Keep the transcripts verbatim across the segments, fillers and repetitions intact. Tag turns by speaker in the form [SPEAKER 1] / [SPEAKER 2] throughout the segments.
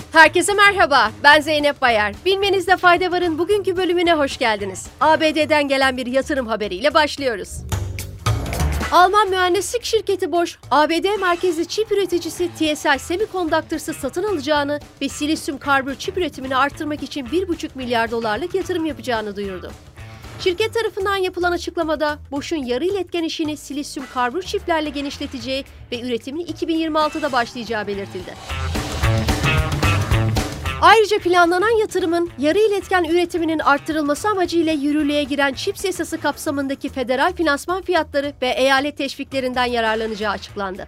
[SPEAKER 1] Herkese merhaba, ben Zeynep Bayar. Bilmenizde fayda varın bugünkü bölümüne hoş geldiniz. A B D'den gelen bir yatırım haberiyle başlıyoruz. Alman mühendislik şirketi Bosch, A B D merkezli çip üreticisi T S I Semiconductors'ı satın alacağını ve silisyum karbür çip üretimini arttırmak için bir buçuk milyar dolarlık yatırım yapacağını duyurdu. Şirket tarafından yapılan açıklamada Bosch'un yarı iletken işini silisyum karbür çiplerle genişleteceği ve üretimin iki bin yirmi altıda başlayacağı belirtildi. Ayrıca planlanan yatırımın yarı iletken üretiminin arttırılması amacıyla yürürlüğe giren çips yasası kapsamındaki federal finansman fiyatları ve eyalet teşviklerinden yararlanacağı açıklandı.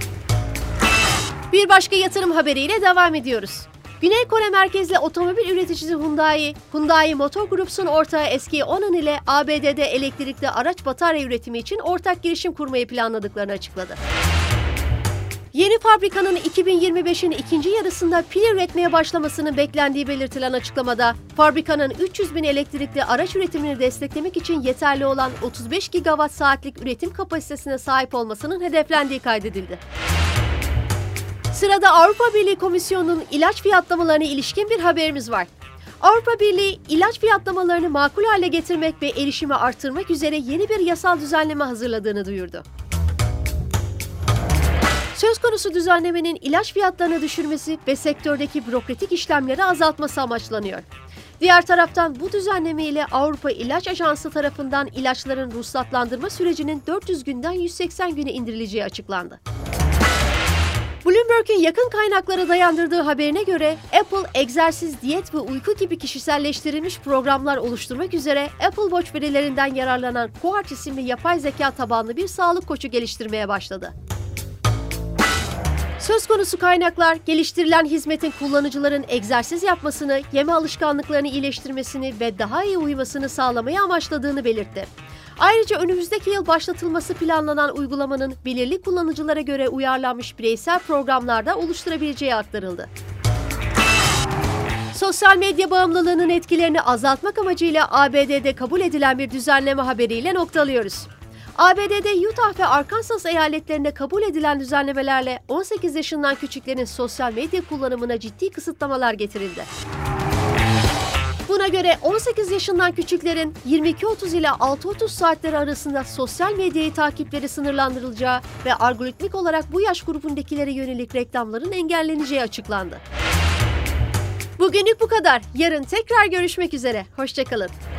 [SPEAKER 1] Bir başka yatırım haberiyle devam ediyoruz. Güney Kore merkezli otomobil üreticisi Hyundai, Hyundai Motor Group'sun ortağı S K Onan ile A B D'de elektrikli araç batarya üretimi için ortak girişim kurmayı planladıklarını açıkladı. Yeni fabrikanın iki bin yirmi beşin ikinci yarısında pil üretmeye başlamasının beklendiği belirtilen açıklamada, fabrikanın üç yüz bin elektrikli araç üretimini desteklemek için yeterli olan otuz beş gigawatt saatlik üretim kapasitesine sahip olmasının hedeflendiği kaydedildi. Sırada Avrupa Birliği Komisyonu'nun ilaç fiyatlamalarına ilişkin bir haberimiz var. Avrupa Birliği, ilaç fiyatlamalarını makul hale getirmek ve erişimi artırmak üzere yeni bir yasal düzenleme hazırladığını duyurdu. Söz konusu düzenlemenin ilaç fiyatlarını düşürmesi ve sektördeki bürokratik işlemleri azaltması amaçlanıyor. Diğer taraftan bu düzenleme ile Avrupa İlaç Ajansı tarafından ilaçların ruhsatlandırma sürecinin dört yüz günden yüz seksen güne indirileceği açıklandı. Bloomberg'in yakın kaynaklara dayandırdığı haberine göre Apple, egzersiz, diyet ve uyku gibi kişiselleştirilmiş programlar oluşturmak üzere Apple Watch verilerinden yararlanan Quartz isimli yapay zeka tabanlı bir sağlık koçu geliştirmeye başladı. Söz konusu kaynaklar, geliştirilen hizmetin kullanıcıların egzersiz yapmasını, yeme alışkanlıklarını iyileştirmesini ve daha iyi uyumasını sağlamayı amaçladığını belirtti. Ayrıca önümüzdeki yıl başlatılması planlanan uygulamanın belirli kullanıcılara göre uyarlanmış bireysel programlarda oluşturabileceği aktarıldı. Sosyal medya bağımlılığının etkilerini azaltmak amacıyla A B D'de kabul edilen bir düzenleme haberiyle noktalıyoruz. A B D'de Utah ve Arkansas eyaletlerinde kabul edilen düzenlemelerle on sekiz yaşından küçüklerin sosyal medya kullanımına ciddi kısıtlamalar getirildi. Buna göre on sekiz yaşından küçüklerin yirmi iki otuz ile altı otuz saatleri arasında sosyal medyayı takipleri sınırlandırılacağı ve algoritmik olarak bu yaş grubundakilere yönelik reklamların engelleneceği açıklandı. Bugünlük bu kadar. Yarın tekrar görüşmek üzere. Hoşça kalın.